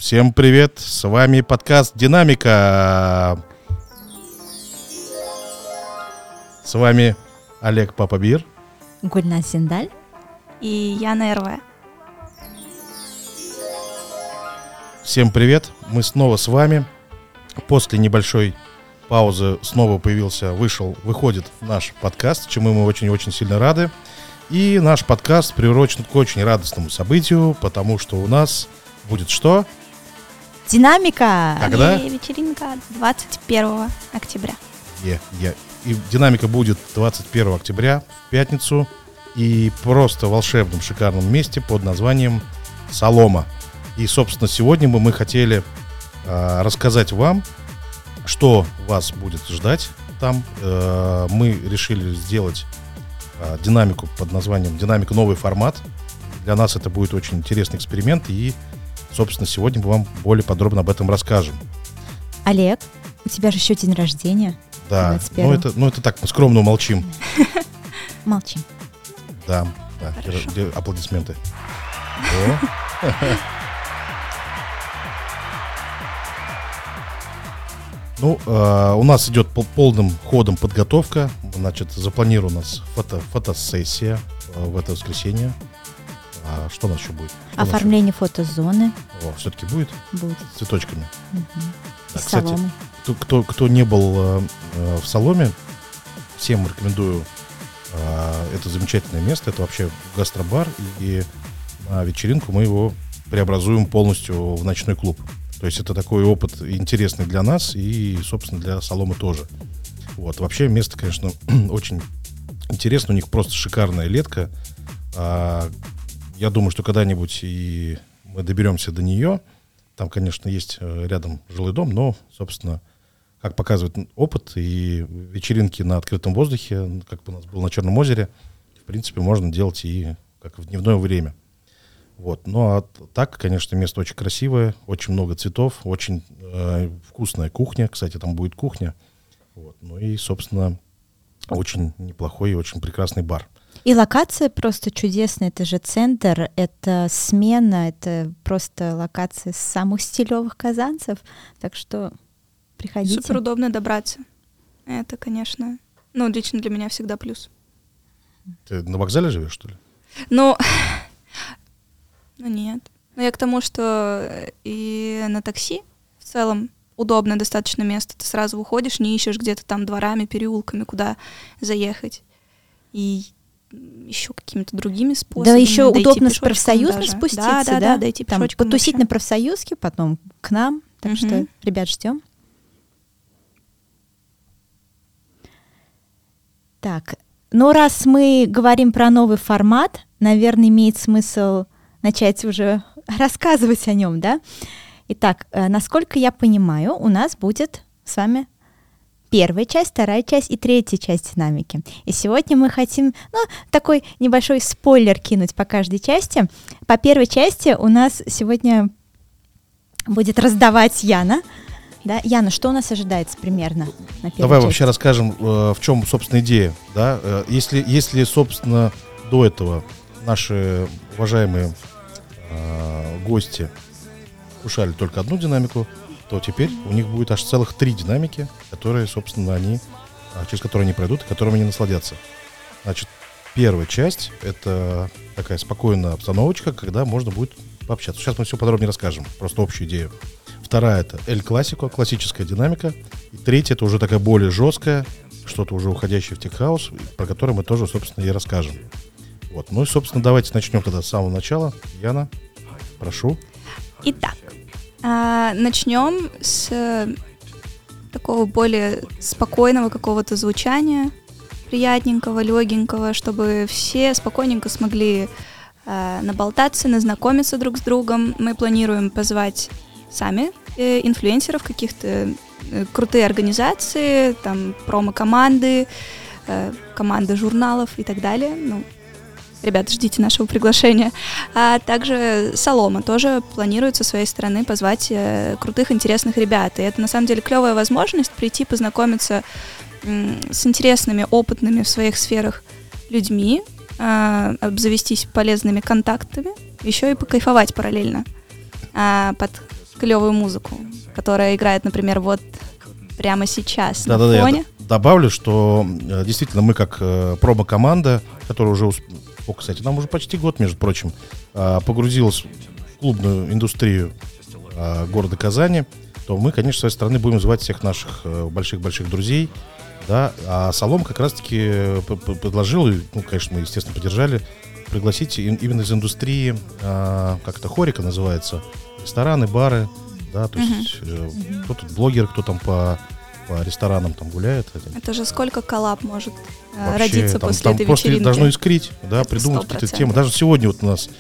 Всем привет, с вами подкаст «Динамика». С вами Олег Папабир, Гульнас Зиндаль и Яна РВ. Всем привет, мы снова с вами. После небольшой паузы снова выходит наш подкаст, чему мы очень-очень сильно рады. И наш подкаст приурочен к очень радостному событию, потому что у нас будет что? Динамика! Когда? И вечеринка 21 октября. И динамика будет 21 октября, в пятницу, и просто в волшебном, шикарном месте под названием «Солома». И, собственно, сегодня мы хотели рассказать вам, что вас будет ждать там. Мы решили сделать динамику под названием «Динамика. Новый формат». Для нас это будет очень интересный эксперимент, и, собственно, сегодня мы вам более подробно об этом расскажем. Олег, у тебя же еще день рождения. Да, это так, мы скромно молчим. Молчим. Да, аплодисменты. У нас идет полным ходом подготовка. Значит, запланирована у нас фотосессия в это воскресенье. Что у нас еще будет? Оформление фотозоны. Все-таки будет? Будет. С цветочками. Из соломы. Кто не был в Соломе, всем рекомендую это замечательное место. Это вообще гастробар, и на вечеринку мы его преобразуем полностью в ночной клуб. То есть это такой опыт интересный для нас и, собственно, для Соломы тоже. Вообще место, конечно, очень интересно. У них просто шикарная летка. Я думаю, что когда-нибудь и мы доберемся до нее. Там, конечно, есть рядом жилой дом, но, собственно, как показывает опыт, и вечеринки на открытом воздухе, как у нас было на Черном озере, в принципе, можно делать и как в дневное время. Ну, а так, конечно, место очень красивое, очень много цветов, очень вкусная кухня. Кстати, там будет кухня. Ну и, собственно, очень неплохой и очень прекрасный бар. И локация просто чудесная. Это же центр, это смена, это просто локация самых стилевых казанцев. Так что приходите. Супер удобно добраться. Это, конечно, лично для меня всегда плюс. Ты на вокзале живешь, что ли? Нет. Я к тому, что и на такси в целом удобное достаточно место. Ты сразу выходишь, не ищешь где-то там дворами, переулками, куда заехать. И еще какими-то другими способами. Да, еще удобно с профсоюзной спуститься, да, дойти там, пешочком. потусить на профсоюзке, потом к нам. Так что, ребят, ждем. Так, раз мы говорим про новый формат, наверное, имеет смысл начать уже рассказывать о нем, да? Итак, насколько я понимаю, у нас будет с вами первая часть, вторая часть и третья часть динамики. И сегодня мы хотим, такой небольшой спойлер кинуть по каждой части. По первой части у нас сегодня будет раздавать Яна. Да? Яна, что у нас ожидается примерно на первой Давай части? вообще расскажем, в чем, собственно, идея. Да? Если, собственно, до этого наши уважаемые гости кушали только одну динамику, то теперь у них будет аж целых 3 динамики, которые, собственно, через которые они пройдут и которыми они насладятся. Значит, первая часть — это такая спокойная обстановочка, когда можно будет пообщаться. Сейчас мы все подробнее расскажем, просто общую идею. Вторая — это Эль Классико, классическая динамика. И третья — это уже такая более жесткая, что-то уже уходящее в теххаус, про которое мы тоже, собственно, и расскажем. Ну и, собственно, давайте начнем тогда с самого начала. Яна, прошу. Итак, начнем с такого более спокойного какого-то звучания, приятненького, легенького, чтобы все спокойненько смогли наболтаться, назнакомиться друг с другом. Мы планируем позвать сами инфлюенсеров, каких-то крутые организации, там промо-команды, команды журналов и так далее. Ребята, ждите нашего приглашения. А также Солома тоже планирует со своей стороны позвать крутых, интересных ребят. И это, на самом деле, клевая возможность прийти познакомиться с интересными, опытными в своих сферах людьми, обзавестись полезными контактами, еще и покайфовать параллельно под клевую музыку, которая играет, например, вот прямо сейчас на Да-да-да, фоне. я добавлю, что действительно мы как промо-команда, которая уже, кстати, нам уже почти год, между прочим, погрузилась в клубную индустрию города Казани, то мы, конечно, с своей стороны будем звать всех наших больших-больших друзей, да, а Солом как раз-таки предложил, и, ну, конечно, мы, естественно, поддержали, пригласить именно из индустрии, как это, хорика называется, рестораны, бары, да, то есть кто тут блогер, кто там по ресторанам там гуляет. Это же сколько коллаб может Вообще, родиться там, после там этой просто вечеринки. должно искрить, да, Это придумать 100%. какие-то темы. Даже сегодня вот у нас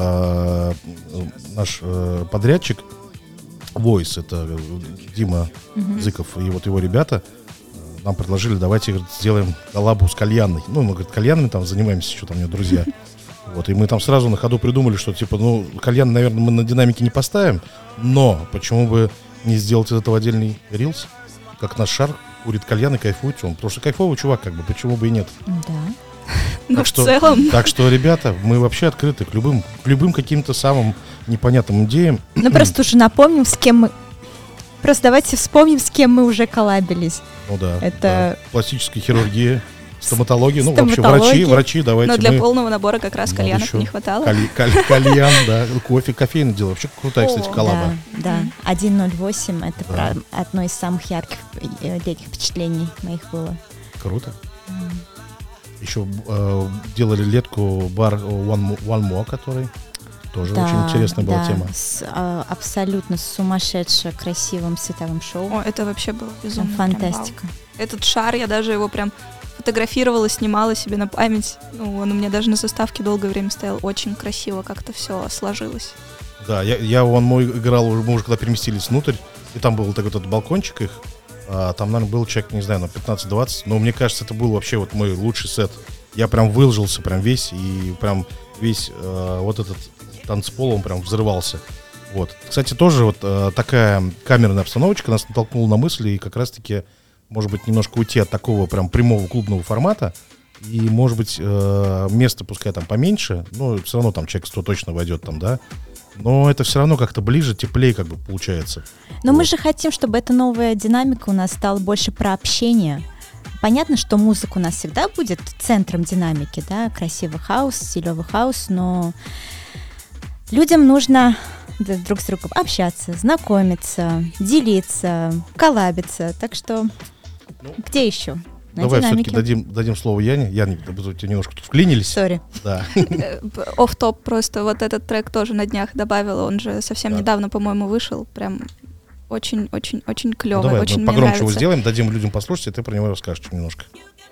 наш подрядчик Voice, это Дима Зыков и вот его ребята нам предложили, давайте, говорит, сделаем коллабу с кальянной. Ну, мы, говорит, кальянами там занимаемся, что там у меня друзья. Вот, и мы там сразу на ходу придумали, что, типа, ну, кальян, наверное, мы на динамике не поставим, но почему бы не сделать из этого отдельный рилс, как наш шар курит кальян и кайфует, он, потому что кайфовый чувак, как бы, почему бы и нет. Да. Ну, Так в что, целом. так что, ребята, мы вообще открыты к любым каким-то самым непонятным идеям. Ну, просто уже напомним, с кем мы... Просто давайте вспомним, с кем мы уже коллабились. Ну да. Это- да. Пластическая хирургия, стоматология, ну, вообще Стоматология. врачи, давайте Но для мы... полного набора как раз Надо кальянов еще не хватало. Кальян, да, кофе, кофейное дело. Вообще крутая, кстати, О, коллаба. Да, 108 это Да. одно из самых ярких летних впечатлений моих было. Круто. Еще делали летку бар One More, который тоже очень интересная была тема. Абсолютно сумасшедше красивым световым шоу. О, это вообще было безумно. Прям прям фантастика. вау. Этот шар, я даже его прям фотографировала, снимала себе на память. Ну, он у меня даже на заставке долгое время стоял. Очень красиво как-то все сложилось. Да, я One More играл, мы уже когда переместились внутрь, и там был такой вот балкончик их, там, наверное, был человек, не знаю, на 15-20, но мне кажется, это был вообще вот мой лучший сет. Я прям выложился прям весь, и прям весь вот этот танцпол, он прям взрывался. Вот. Кстати, тоже вот такая камерная обстановочка нас натолкнула на мысли, и как раз-таки, может быть, немножко уйти от такого прям прямого клубного формата, и, может быть, место пускай там поменьше, но все равно там человек 100 точно войдет там, да, но это все равно как-то ближе, теплее как бы получается. Но Вот. мы же хотим, чтобы эта новая динамика у нас стала больше про общение. Понятно, что музыка у нас всегда будет центром динамики, да, красивый хаус, стилевый хаус, но людям нужно друг с другом общаться, знакомиться, делиться, коллабиться. Так что где еще? На Давай динамике. все-таки дадим слово Яне. Яне, вы тебе немножко тут вклинились. Сори. Да. Офф-топ просто вот этот трек тоже на днях добавила. Он же совсем Да. недавно, по-моему, вышел. Прям очень-очень-очень клевый. Давай, очень мы мне погромче нравится. его сделаем, дадим людям послушать, и ты про него расскажешь немножко.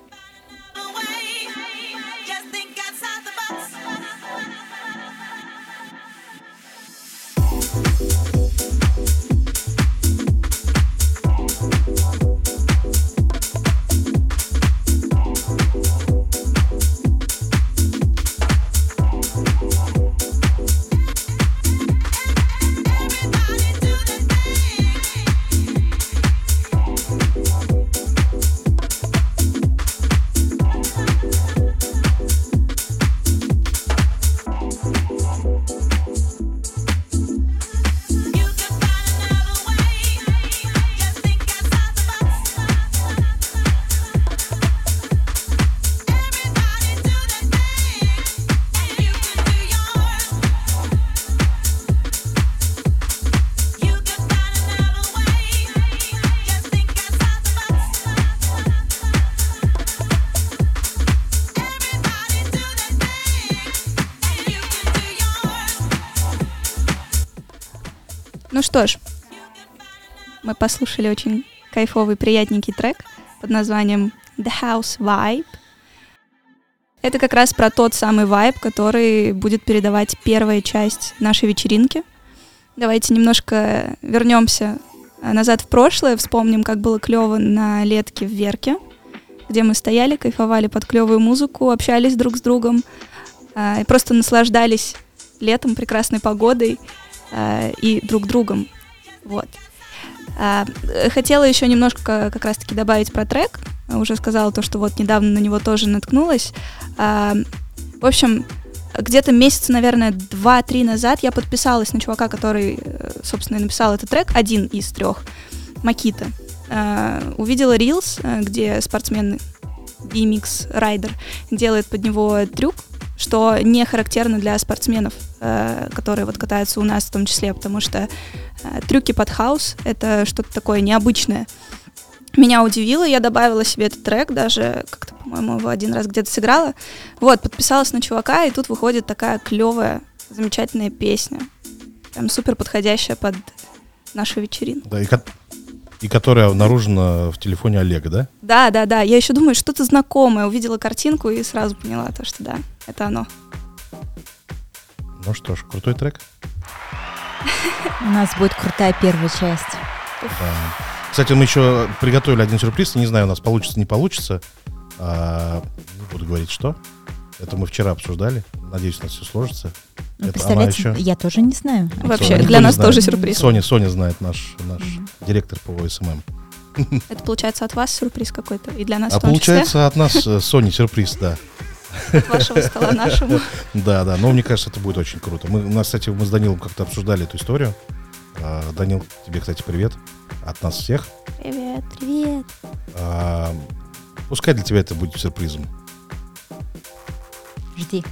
Ну что ж, мы послушали очень кайфовый, приятненький трек под названием The House Vibe. Это как раз про тот самый вайб, который будет передавать первая часть нашей вечеринки. Давайте немножко вернемся назад в прошлое, вспомним, как было клево на летке в Верке, где мы стояли, кайфовали под клевую музыку, общались друг с другом и просто наслаждались летом, прекрасной погодой и друг другом. Вот. Хотела еще немножко как раз-таки добавить про трек. Уже сказала то, что вот недавно на него тоже наткнулась. В общем, где-то месяца, наверное, 2-3 назад я подписалась на чувака, который, собственно, и написал этот трек, один из 3, Макита. Увидела Reels, где спортсмен BMX Райдер делает под него трюк, что не характерно для спортсменов, которые вот катаются у нас в том числе, потому что трюки под хаус — это что-то такое необычное. Меня удивило, я добавила себе этот трек, даже как-то, по-моему, его один раз где-то сыграла. Вот, подписалась на чувака, и тут выходит такая клевая, замечательная песня. Прям супер подходящая под нашу вечеринку. Да, и которая обнаружена в телефоне Олега, да? Да. Я еще думаю, что-то знакомое. Увидела картинку и сразу поняла, что да, это оно. Ну что ж, крутой трек. У нас будет крутая первая часть. Да. Кстати, мы еще приготовили один сюрприз. Не знаю, у нас получится, не получится. Не буду говорить, что. Это мы вчера обсуждали. Надеюсь, у нас все сложится. Представляете, я тоже не знаю. Вообще, для нас тоже сюрприз. Соня знает, наш директор по ОСММ. Это получается от вас сюрприз какой-то, и для нас в том числе? Получается от нас, Сони, сюрприз, да. От вашего стола нашему. Да, но мне кажется, это будет очень круто. Кстати, мы с Данилом как-то обсуждали эту историю. Данил, тебе, кстати, привет. От нас всех. Привет. Пускай для тебя это будет сюрпризом. Жди.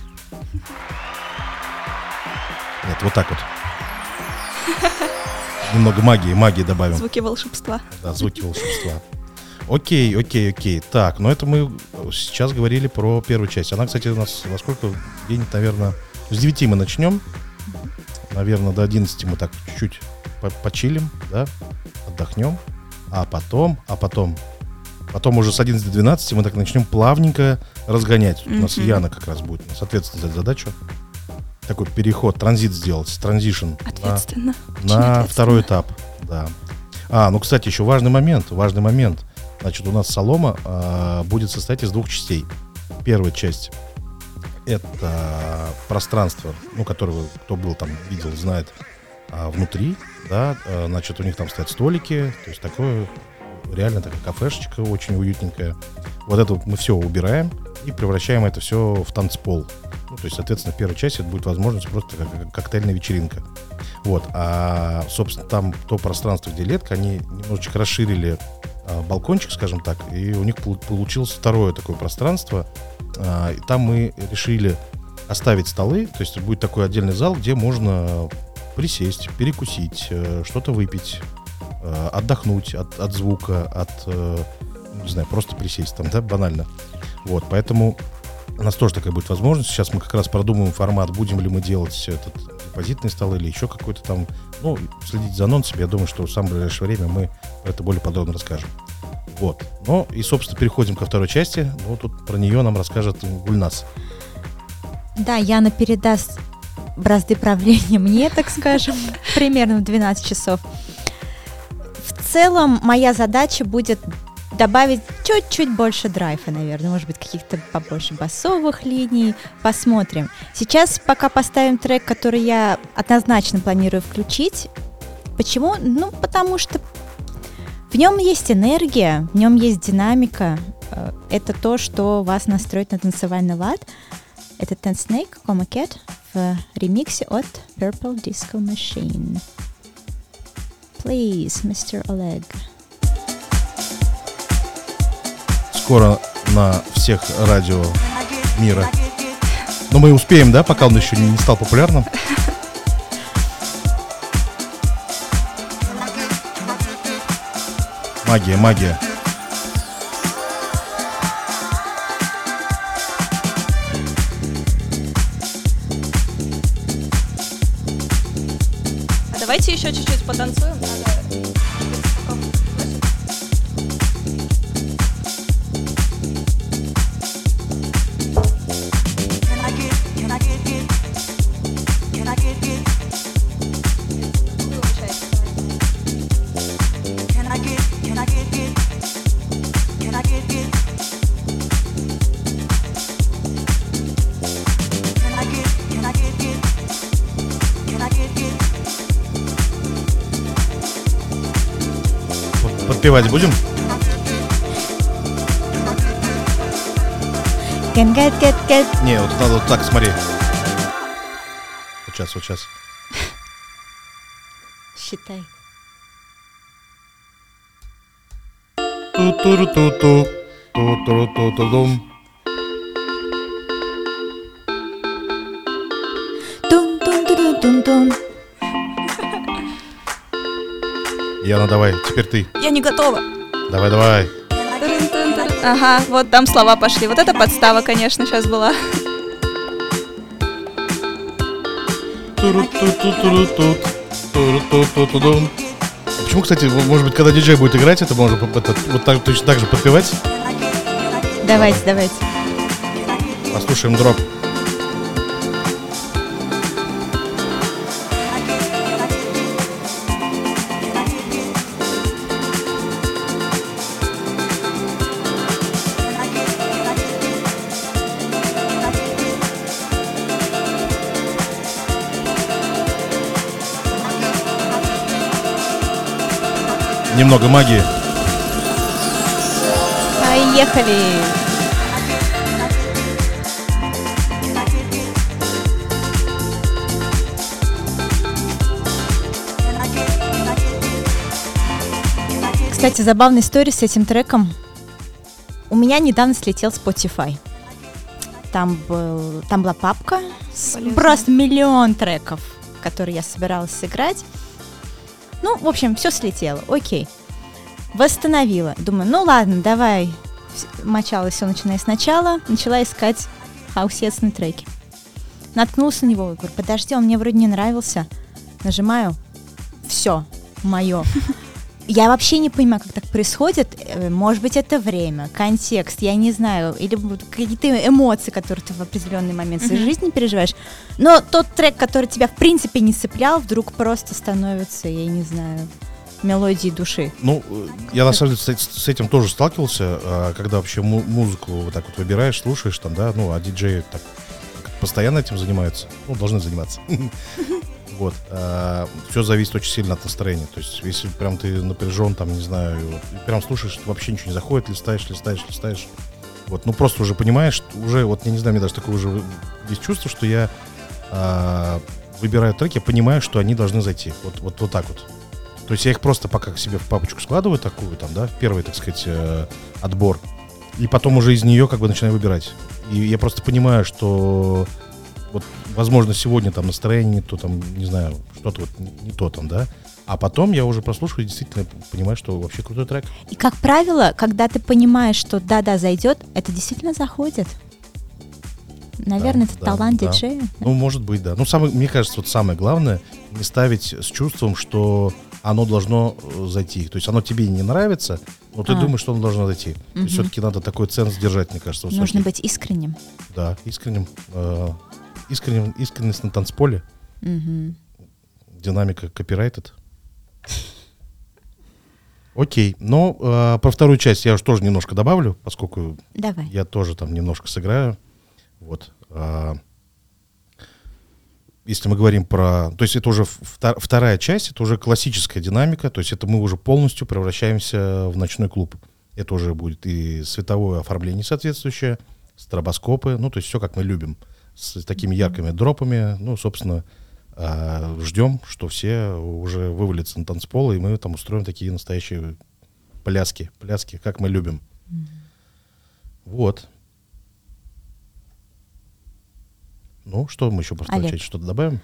Нет, вот так вот. Немного магии добавим. Звуки волшебства. Да, звуки волшебства. Окей. Так, это мы сейчас говорили про первую часть. Она, кстати, у нас во сколько? День, наверное, с 9 мы начнем. Наверное, до 11 мы так чуть-чуть почилим, да, отдохнем. А потом уже с 11 до 12 мы так начнем плавненько разгонять. У нас Яна как раз будет, соответственно, задачу. Такой переход, транзит сделать, транзишн на второй этап. Да. Кстати, еще важный момент. Значит, у нас солома будет состоять из 2 частей. Первая часть — это пространство, которое кто был там, видел, знает, внутри, да, значит, у них там стоят столики, то есть такое, реально такая кафешечка очень уютненькая. Вот это мы все убираем и превращаем это все в танцпол. То есть, соответственно, в первой части это будет возможность просто как коктейльная вечеринка. Вот. А, собственно, там то пространство, где летка, они немножечко расширили балкончик, скажем так, и у них получилось второе такое пространство. И там мы решили оставить столы, то есть будет такой отдельный зал, где можно присесть, перекусить, что-то выпить, отдохнуть от звука, не знаю, просто присесть там, да, банально. Вот, поэтому у нас тоже такая будет возможность. Сейчас мы как раз продумаем формат, будем ли мы делать этот депозитный стол или еще какой-то там. Следите за анонсами, я думаю, что в самое ближайшее время мы про это более подробно расскажем. Вот. И, собственно, переходим ко второй части. Тут про нее нам расскажет Гульназ. Да, Яна передаст бразды правления мне, так скажем, примерно в 12 часов. В целом, моя задача будет добавить чуть-чуть больше драйва, наверное, может быть, каких-то побольше басовых линий. Посмотрим. Сейчас пока поставим трек, который я однозначно планирую включить. Почему? Потому что в нем есть энергия, в нем есть динамика. Это то, что вас настроит на танцевальный лад. Это Ten Snake, Coma Cat в ремиксе от Purple Disco Machine. Please, Mr. Oleg. Скоро на всех радио мира. Но мы успеем, да, пока он еще не стал популярным. Магия. Давайте еще чуть-чуть потанцуем. Подпевать будем? Get. Не, вот надо вот так, смотри. сейчас. Считай. Ту-туру-ту-ту. Ту-туру-ту-ту-дум. Тун-тун-тун-тун-тун. Яна, давай, теперь ты. Я не готова. Давай. Тырын-тын-тырын. Ага, вот там слова пошли. Вот это подстава, конечно, сейчас была. Туру-ту-ту-туру-тут. Туру-ту-ту-ту-дум. Почему, кстати, может быть, когда диджей будет играть, это можно вот так, точно так же подпевать? Давайте. Послушаем дроп. Немного магии. Поехали. Кстати, забавная история с этим треком. У меня недавно слетел Spotify. Там была папка с просто миллион треков, которые я собиралась сыграть. Ну, в общем, все слетело. Окей. Восстановила. Думаю, ну ладно, давай. Мочалось все, начиная сначала. Начала искать хаусетные треки. Наткнулась на него. Говорю, подожди, он мне вроде не нравился. Нажимаю. Все, мое. Я вообще не понимаю, как так происходит. Может быть, это время, контекст, я не знаю. Или какие-то эмоции, которые ты в определенный момент своей жизни переживаешь. Но тот трек, который тебя в принципе не цеплял, вдруг просто становится, я не знаю, мелодией души. Ну, я на самом деле с этим тоже сталкивался, когда вообще музыку вот так вот выбираешь, слушаешь там, да, ну, а диджеи так постоянно этим занимаются, ну, должны заниматься. Вот. Все зависит очень сильно от настроения. То есть, если прям ты напряжен, там, не знаю, прям слушаешь, вообще ничего не заходит, листаешь. Вот, ну просто уже понимаешь, уже, вот, я не знаю, мне даже такое уже есть чувство, что я выбираю треки, я понимаю, что они должны зайти. Вот так вот. То есть я их просто пока к себе в папочку складываю такую, там, да, первый, так сказать, отбор. И потом уже из нее как бы начинаю выбирать. И я просто понимаю, что вот, возможно, сегодня там настроение не то, там, не знаю, что-то вот не то там, да. А потом я уже прослушиваю и действительно понимаю, что вообще крутой трек. И, как правило, когда ты понимаешь, что да, зайдет, это действительно заходит. Наверное, это талант диджея. Ну, может быть, да. Ну, мне кажется, вот самое главное, не ставить с чувством, что оно должно зайти. То есть оно тебе не нравится, но ты думаешь, что оно должно зайти. То есть все-таки надо такой ценз держать, мне кажется, высокий. Нужно быть искренним. Да, искренним. Искренность на танцполе. Динамика копирайтед. Окей, но про вторую часть я уж тоже немножко добавлю, поскольку я тоже там немножко сыграю. Вот. Если мы говорим про... То есть это уже вторая часть, это уже классическая динамика, то есть это мы уже полностью превращаемся в ночной клуб. Это уже будет и световое оформление соответствующее, стробоскопы, ну то есть все как мы любим, с такими яркими дропами. Ну, собственно, ждем, что все уже вывалятся на танцпол, и мы там устроим такие настоящие пляски, как мы любим. Вот. Ну, что мы еще про вторую часть? Что-то добавим?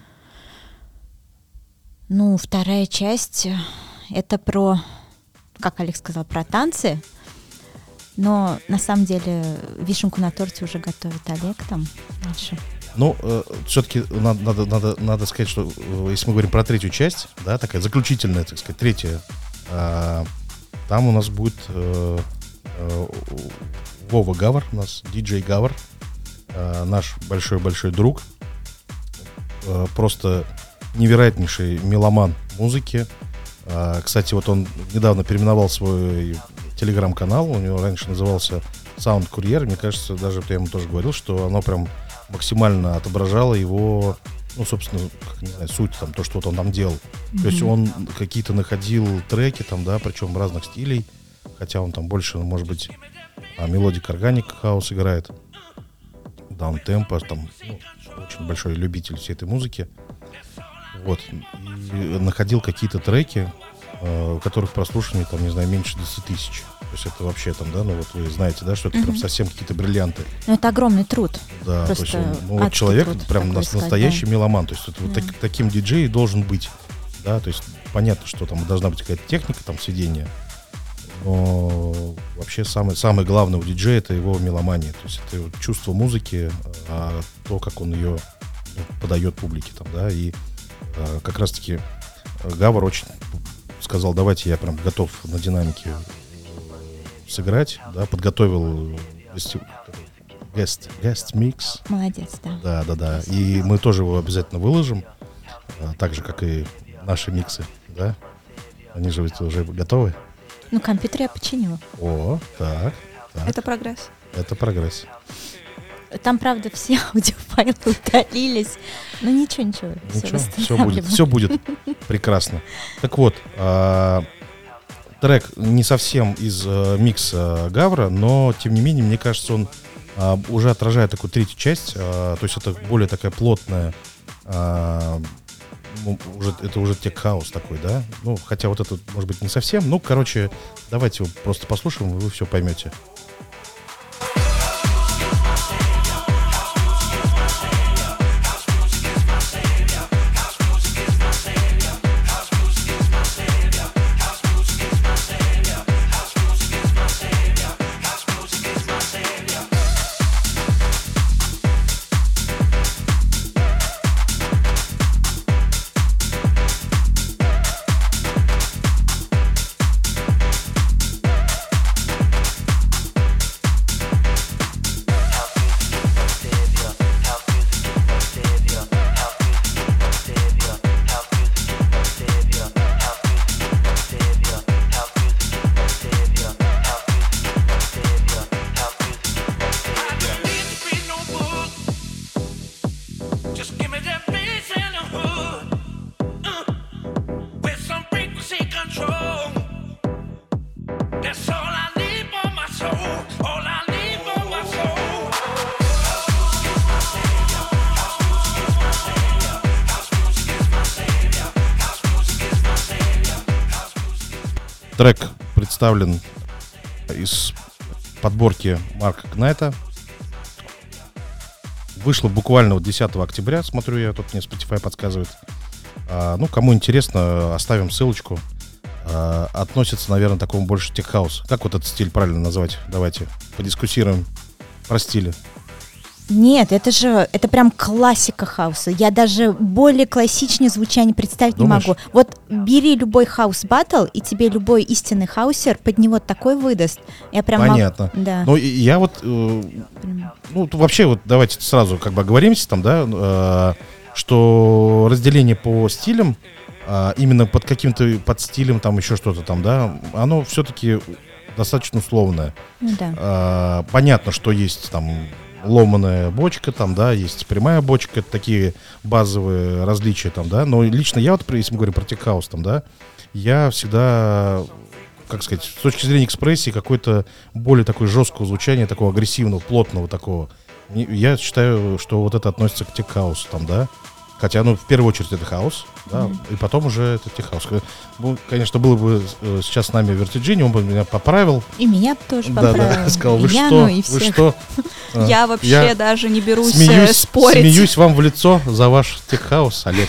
Ну, вторая часть — это про, как Олег сказал, про танцы. Но на самом деле вишенку на торте уже готовит Олег там дальше. Ну, все-таки надо сказать, что если мы говорим про третью часть, да, такая заключительная, так сказать, третья, там у нас будет Вова Гавр, у нас диджей Гавр, наш большой-большой друг, просто невероятнейший меломан музыки. Кстати, вот он недавно переименовал свой телеграм-канал, у него раньше назывался Sound Courier, мне кажется, даже я ему тоже говорил, что оно прям максимально отображало его, ну, собственно, не знаю, суть, там, то, что вот он там делал. То есть он какие-то находил треки, там, да, причем разных стилей, хотя он там больше, может быть, мелодик органик хаус играет, даунтемпо, там, ну, очень большой любитель всей этой музыки. Вот. И находил какие-то треки, у которых прослушивание, там, не знаю, меньше 10 тысяч. То есть это вообще там, да, ну вот вы знаете, да, что это прям совсем какие-то бриллианты. Ну, это огромный труд. Да, просто то есть вот человек прям настоящий меломан. То есть это вот таким диджей должен быть. Да, то есть понятно, что там должна быть какая-то техника там сведения, но вообще самое главное у диджея — это его меломания. То есть это чувство музыки, то, как он ее подает публике там, да, и как раз-таки Гавр очень сказал: давайте, я прям готов на динамике сыграть, да, подготовил guest mix. Молодец, да. Да. И мы тоже его обязательно выложим, так же, как и наши миксы, да. Они же ведь уже готовы. Ну, компьютер я починила. О, так. Это прогресс. Это прогресс. Там, правда, все аудиофайлы удалились. Но ничего. Все будет прекрасно. Так вот, трек не совсем из микса Гавра, но, тем не менее, мне кажется, он уже отражает такую третью часть. То есть это более такая плотная, это уже тех-хаус такой, да? Ну, хотя вот это, может быть, не совсем. Ну, короче, давайте его просто послушаем, и вы все поймете. Трек представлен из подборки Марка Кнайта. Вышло буквально 10 октября, смотрю я, тут мне Spotify подсказывает. Ну, кому интересно, оставим ссылочку. Относится, наверное, к такому больше тех-хаус. Как вот этот стиль правильно назвать? Давайте подискуссируем про стили. Нет, это прям классика хауса. Я даже более классичнее звучание представить Думаешь? не могу. Вот бери любой хаус-баттл, и тебе любой истинный хаусер под него такой выдаст. Я прям Понятно. Да. Ну, я вот, ну, вообще, вот давайте сразу как бы оговоримся там, да, что разделение по стилям, именно под каким-то под стилем, там еще что-то там, да, оно все-таки достаточно условное. Ну, да. Понятно, что есть там ломаная бочка, там, да, есть прямая бочка, это такие базовые различия там, да, но лично я вот, если мы говорим про тех-хаус, там, да, я всегда, как сказать, с точки зрения экспрессии, какое-то более такое жесткое звучание, такого агрессивного, плотного такого, я считаю, что вот это относится к тех-хаусу, там, да, хотя, ну, в первую очередь это хаус, да, и потом уже это тех-хаус. Ну, конечно, было бы сейчас с нами Вертиджини, он бы меня поправил. И меня тоже поправил. Да, сказал, вы Яну, что? Я вообще даже не берусь спорить. Смеюсь вам в лицо за ваш тех-хаус, Олег.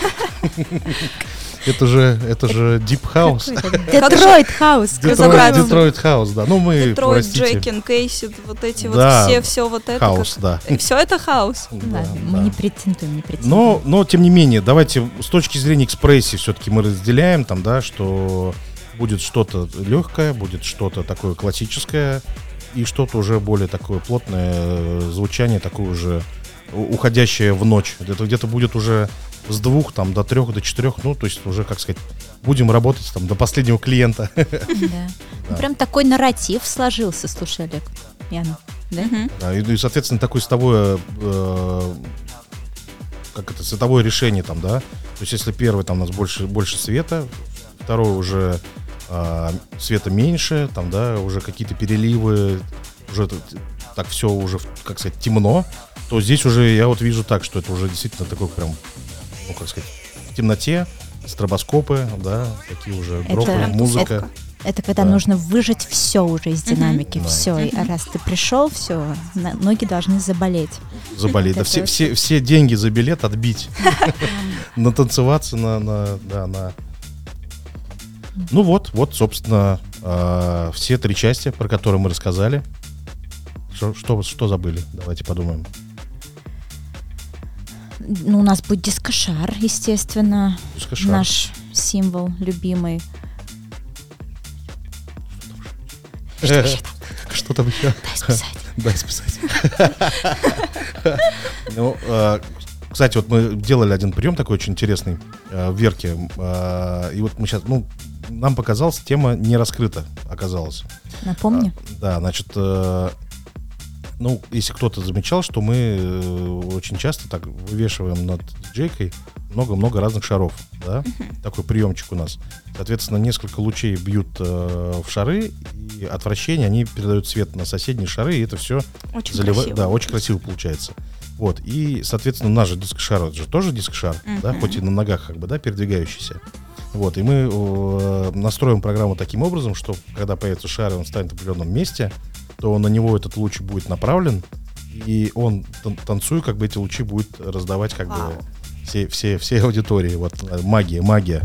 Это же Deep House. Детройт Хаус. Детройт Хаус, да. Ну, мы, Детройт, простите. Джекин, Кейси, вот эти Да, вот все вот это. Хаус, да. Все это хаус. Ладно, мы не претендуем. Но, тем не менее, давайте с точки зрения экспрессии все-таки мы разделяем там, да, что будет что-то легкое, будет что-то такое классическое и что-то уже более такое плотное звучание, такое уже уходящее в ночь. Это где-то будет уже с 2 там, до 3, до 4, ну, то есть уже, как сказать, будем работать там до последнего клиента. Да. Прям такой нарратив сложился, слушай, Олег, Яна, да? Да, и, соответственно, такое световое, световое решение там, да, то есть если первый там у нас больше света, второй уже света меньше, там, да, уже какие-то переливы, уже так все уже, как сказать, темно, то здесь уже я вот вижу так, что это уже действительно такой прям, ну, как сказать, темноте, стробоскопы, да, такие уже дропы, музыка. Это когда нужно выжать все уже из динамики, все. И раз ты пришел, все, ноги должны заболеть. Да, все деньги за билет отбить, натанцеваться на. Ну вот, собственно, все 3 части, про которые мы рассказали. Что забыли? Давайте подумаем. Ну, у нас будет дискошар, естественно. Дискошар. Наш символ любимый. Что там еще? Дай списать. Ну, кстати, вот мы делали один прием такой очень интересный в Верке. И вот мы сейчас, нам показалось, тема не раскрыта оказалась. Напомни. Да, значит, если кто-то замечал, что мы очень часто так вывешиваем над диджейкой много-много разных шаров, да? Такой приемчик у нас. Соответственно, несколько лучей бьют в шары, и от вращения они передают свет на соседние шары, и это все заливает. Да, очень красиво получается. Вот, и, соответственно, наш же дискошар, это же тоже дискошар, да, хоть и на ногах, передвигающийся. Вот, и мы настроим программу таким образом, что когда появится шар, и он станет в определенном месте, то на него этот луч будет направлен, и он, танцуя, эти лучи будет раздавать, все аудитории. Вот, магия.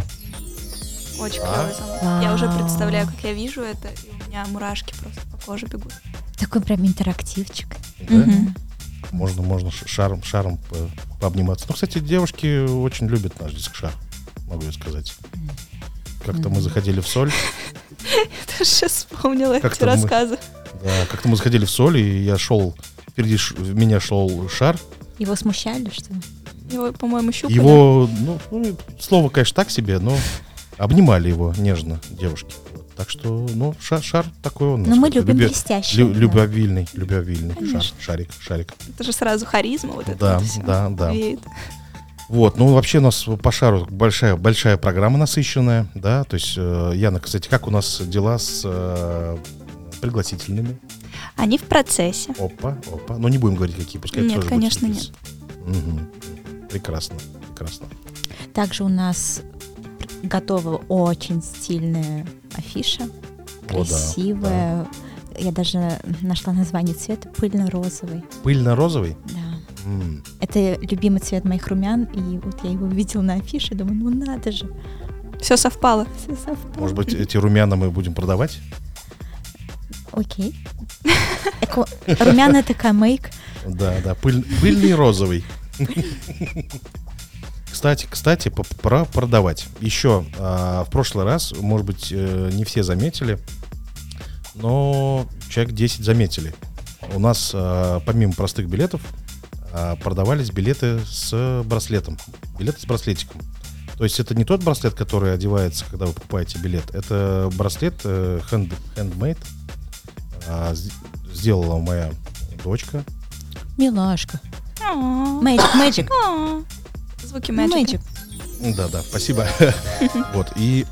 Очень клевый звук. Я уже представляю, как я вижу это, и у меня мурашки просто по коже бегут. Такой прям интерактивчик. Да? Можно шаром пообниматься. Кстати, девушки очень любят наш дискошар, могу я сказать. Как-то мы заходили в Соль. Я тоже сейчас вспомнила эти рассказы. Да, как-то мы заходили в Соль, и я шел, впереди меня шел шар. Его смущали, что ли? Его, по-моему, щупали. Его, слово, конечно, так себе, но обнимали его нежно девушки. Так что, шар такой он. Но мы любим блестящий. Любвеобильный шарик. Это же сразу харизма вот это. Да. Вот, вообще у нас по шару большая программа насыщенная, да, то есть, Яна, кстати, как у нас дела с пригласительными? Они в процессе. Опа. Не будем говорить, какие, пускай нет, тоже конечно, будет нет. Прекрасно. Также у нас готова очень стильная афиша, красивая. Да. Я даже нашла название цвета — пыльно-розовый. Пыльно-розовый? Да. Это любимый цвет моих румян, и вот я его увидела на афише, думаю, надо же. Все совпало. Может быть, эти румяна мы будем продавать? Окей. Румяна — это камейк. Да, пыльный розовый. Кстати, про продавать. Еще в прошлый раз, может быть, не все заметили, но человек 10 заметили. У нас помимо простых билетов продавались билеты с браслетом. Билеты с браслетиком. То есть это не тот браслет, который одевается, когда вы покупаете билет. Это браслет handmade. Сделала моя дочка. Милашка. Magic. Звуки Magic. Да, спасибо. Вот, и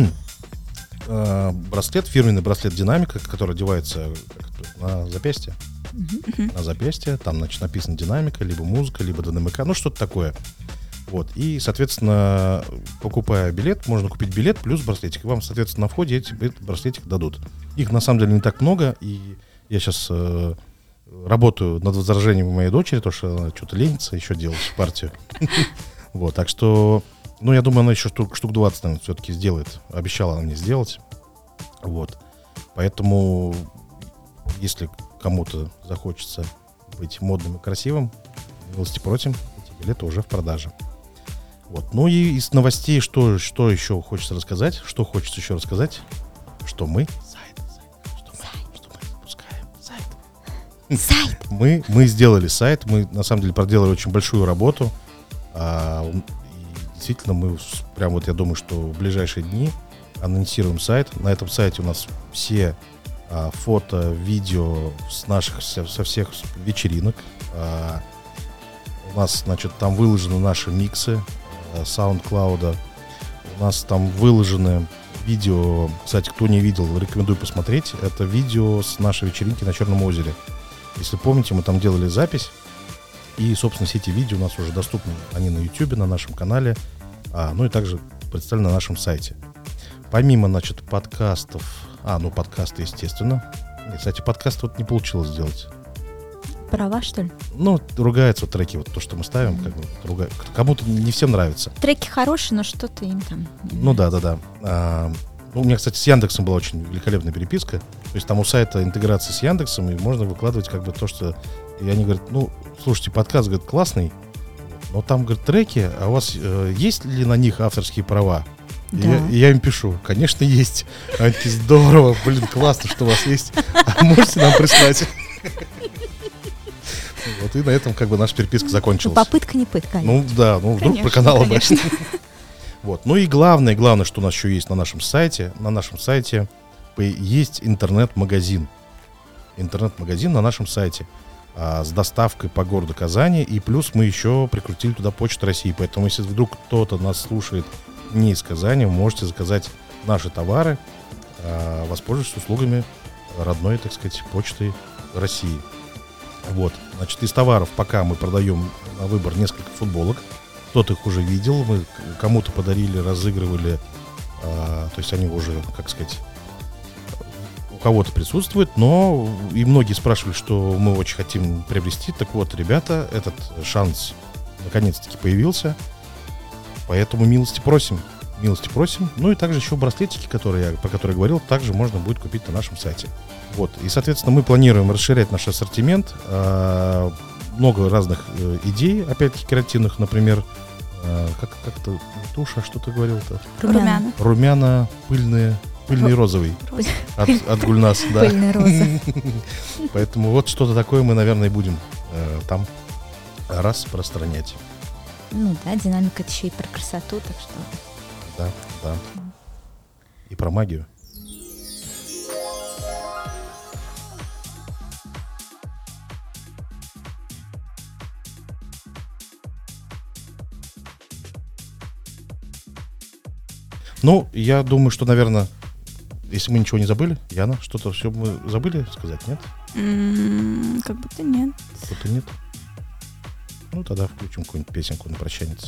браслет, фирменный браслет Динамика, который одевается на запястье. На запястье, там, значит, написано Динамика, либо музыка, либо ДНМК, что-то такое. Вот, и, соответственно, покупая билет, можно купить билет плюс браслетик. И вам, соответственно, на входе этот браслетик дадут. Их, на самом деле, не так много, и я сейчас работаю над возражением моей дочери, потому что она что-то ленится еще делать партию. Вот, так что, я думаю, она еще штук 20, наверное, все-таки сделает. Обещала она мне сделать. Вот. Поэтому, если кому-то захочется быть модным и красивым, милости просим, эти билеты уже в продаже. Вот. И из новостей, что еще хочется рассказать? Что хочется еще рассказать? Что мы Сайт. Мы сделали сайт, мы на самом деле проделали очень большую работу. И действительно, мы прям я думаю, что в ближайшие дни анонсируем сайт. На этом сайте у нас все фото, видео со всех вечеринок. У нас, значит, там выложены наши миксы SoundCloud. У нас там выложены видео. Кстати, кто не видел, рекомендую посмотреть. Это видео с нашей вечеринки на Черном озере. Если помните, мы там делали запись. И, собственно, все эти видео у нас уже доступны. Они на YouTube, на нашем канале. Ну и также представлен на нашем сайте. Помимо, значит, подкастов, подкасты, естественно. Кстати, подкаст вот не получилось сделать. Права, что ли? Ругаются вот треки, вот то, что мы ставим, как бы, кому-то не всем нравится. Треки хорошие, но что-то им там... Да. У меня, кстати, с Яндексом была очень великолепная переписка. То есть там у сайта интеграция с Яндексом, и можно выкладывать как бы то, что... И они говорят, слушайте, подкаст, говорит, классный, но там, говорит, треки, а у вас есть ли на них авторские права? Да. И я им пишу, конечно, есть. Они такие, здорово, классно, что у вас есть. А можете нам прислать? Вот и на этом как бы наша переписка закончилась. Попытка не пытка. Вдруг про канал обратно. Вот. И главное, что у нас еще есть на нашем сайте. На нашем сайте есть интернет-магазин. Интернет-магазин на нашем сайте с доставкой по городу Казани. И плюс мы еще прикрутили туда Почту России. Поэтому, если вдруг кто-то нас слушает не из Казани, вы можете заказать наши товары, воспользовавшись услугами родной, так сказать, Почты России. Вот. Значит, из товаров пока мы продаем на выбор несколько футболок. Кто-то их уже видел, мы кому-то подарили, разыгрывали, то есть они уже, как сказать, у кого-то присутствуют, но и многие спрашивали, что мы очень хотим приобрести. Так вот, ребята, этот шанс наконец-таки появился, поэтому милости просим. Ну и также еще браслетики, про которые я говорил, также можно будет купить на нашем сайте. Вот. И, соответственно, мы планируем расширять наш ассортимент. Много разных идей, опять-таки, креативных, например, как-то Туша, что ты говорил-то? Румяна пыльный розовый. От Гульнас, да. Пыльный розовый. Поэтому вот что-то такое мы, наверное, будем там распространять. Динамика — это еще и про красоту, так что... Да. И про магию. Я думаю, что, наверное, если мы ничего не забыли, Яна, что-то все мы забыли сказать, нет? Как будто нет. Тогда включим какую-нибудь песенку на прощанице.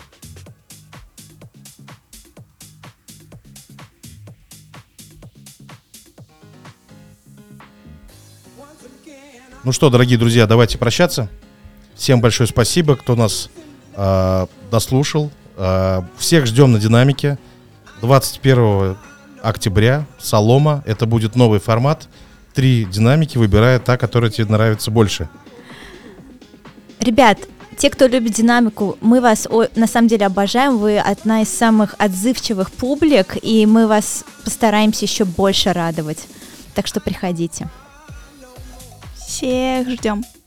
Что, дорогие друзья, давайте прощаться. Всем большое спасибо, кто нас дослушал. Всех ждем на динамике. 21 октября, Солома. Это будет новый формат. 3 динамики, выбирая та, которая тебе нравится больше. Ребят, те, кто любит динамику, мы вас на самом деле обожаем. Вы одна из самых отзывчивых публик, и мы вас постараемся еще больше радовать. Так что приходите. Всех ждем.